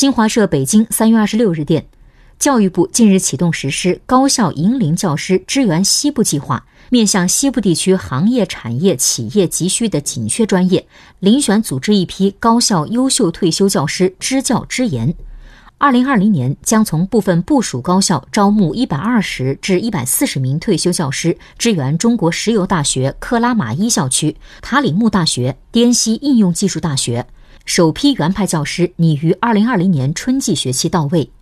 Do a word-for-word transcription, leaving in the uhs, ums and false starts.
新华社北京三月二十六日电，教育部近日启动实施高校引领教师支援西部计划，面向西部地区行业、产业、企业急需的紧缺专业，遴选组织一批高校优秀退休教师支教支研。二零二零年将从部分部属高校招募一百二十至一百四十名退休教师，支援中国石油大学克拉玛依校区、塔里木大学、滇西应用技术大学。首批原派教师拟于二零二零年春季学期到位。